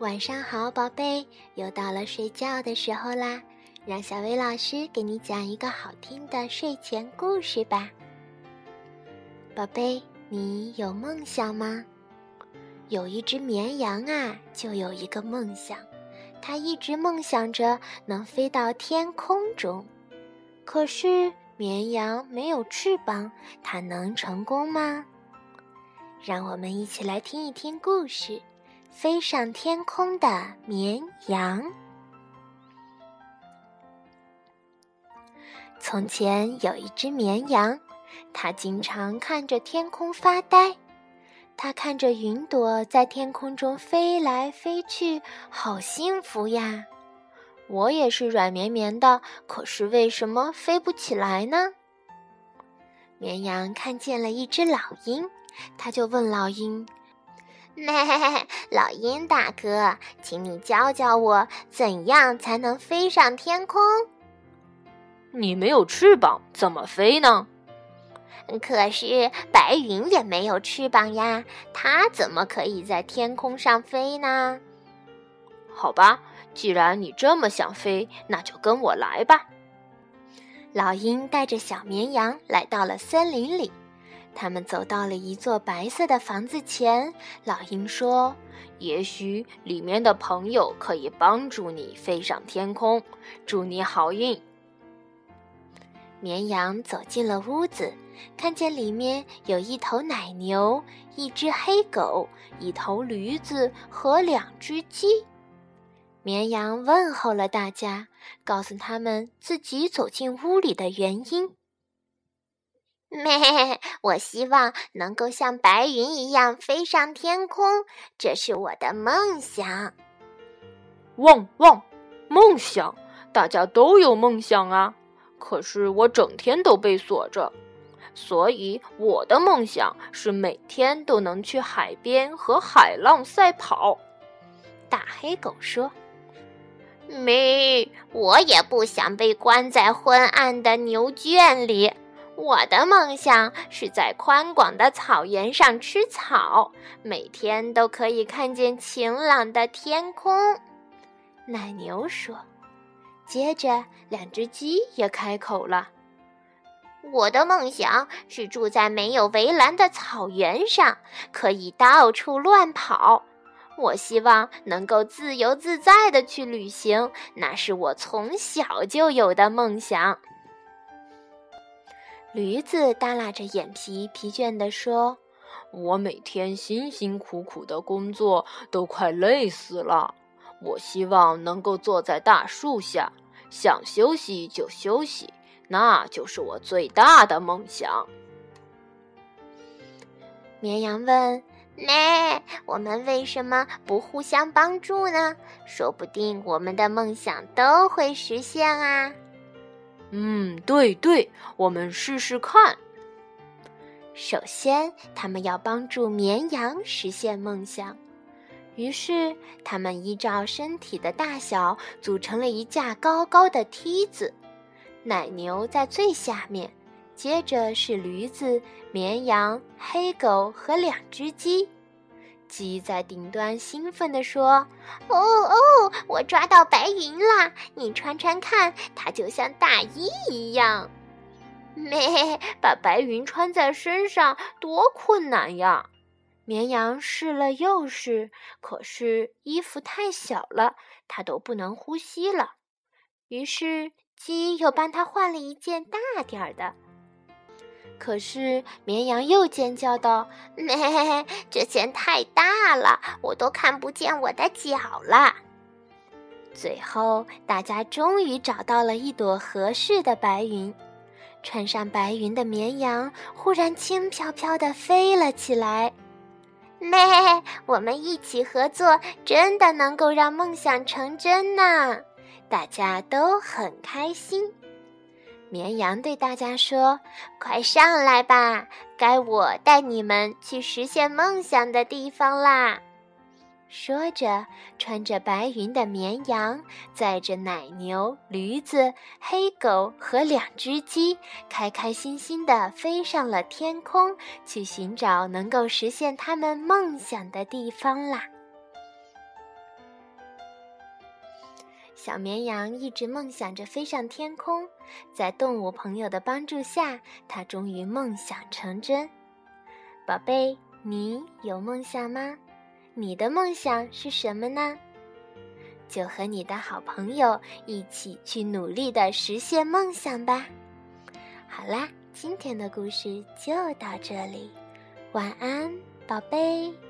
晚上好，宝贝，又到了睡觉的时候啦，让小薇老师给你讲一个好听的睡前故事吧。宝贝，你有梦想吗？有一只绵羊啊，就有一个梦想，它一直梦想着能飞到天空中。可是绵羊没有翅膀，它能成功吗？让我们一起来听一听故事，飞上天空的绵羊。从前有一只绵羊，它经常看着天空发呆。它看着云朵在天空中飞来飞去，好幸福呀！我也是软绵绵的，可是为什么飞不起来呢？绵羊看见了一只老鹰，它就问老鹰：老鹰大哥，请你教教我，怎样才能飞上天空？ 你没有翅膀，怎么飞呢？ 可是白云也没有翅膀呀，它怎么可以在天空上飞呢？ 好吧，既然你这么想飞，那就跟我来吧。 老鹰带着小绵羊来到了森林里，他们走到了一座白色的房子前。老鹰说： 也许里面的朋友可以帮助你飞上天空，祝你好运。 绵羊走进了屋子，看见里面有一头奶牛，一只黑狗，一头驴子和2只鸡。绵羊问候了大家，告诉他们自己走进屋里的原因。我希望能够像白云一样飞上天空，这是我的梦想。 汪汪，梦想，大家都有梦想啊。可是我整天都被锁着，所以我的梦想是每天都能去海边和海浪赛跑。 大黑狗说：我也不想被关在昏暗的牛圈里，我的梦想是在宽广的草原上吃草，每天都可以看见晴朗的天空。奶牛说。接着2只鸡也开口了：我的梦想是住在没有围栏的草原上，可以到处乱跑。我希望能够自由自在地去旅行，那是我从小就有的梦想。驴子耷拉着眼皮，疲倦地说： 我每天辛辛苦苦的工作，都快累死了。我希望能够坐在大树下，想休息就休息，那就是我最大的梦想。 绵羊问：我们为什么不互相帮助呢？说不定我们的梦想都会实现啊。 对，我们试试看。 首先，他们要帮助绵羊实现梦想。于是，他们依照身体的大小组成了一架高高的梯子。奶牛在最下面，接着是驴子、绵羊、黑狗和2只鸡。鸡在顶端兴奋地说：我抓到白云啦！你穿穿看，它就像大衣一样。 把白云穿在身上多困难呀！ 绵羊试了又试，可是衣服太小了，它都不能呼吸了。于是鸡又帮它换了一件大点儿的。可是绵羊又尖叫道：这件太大了，我都看不见我的脚了。最后，大家终于找到了一朵合适的白云。穿上白云的绵羊忽然轻飘飘地飞了起来。我们一起合作，真的能够让梦想成真呢！大家都很开心。绵羊对大家说：快上来吧，该我带你们去实现梦想的地方啦！说着，穿着白云的绵羊载着奶牛、驴子、黑狗和2只鸡，开开心心地飞上了天空，去寻找能够实现他们梦想的地方啦。 小绵羊一直梦想着飞上天空，在动物朋友的帮助下，它终于梦想成真。宝贝，你有梦想吗？你的梦想是什么呢？就和你的好朋友一起去努力地实现梦想吧。好啦，今天的故事就到这里，晚安，宝贝。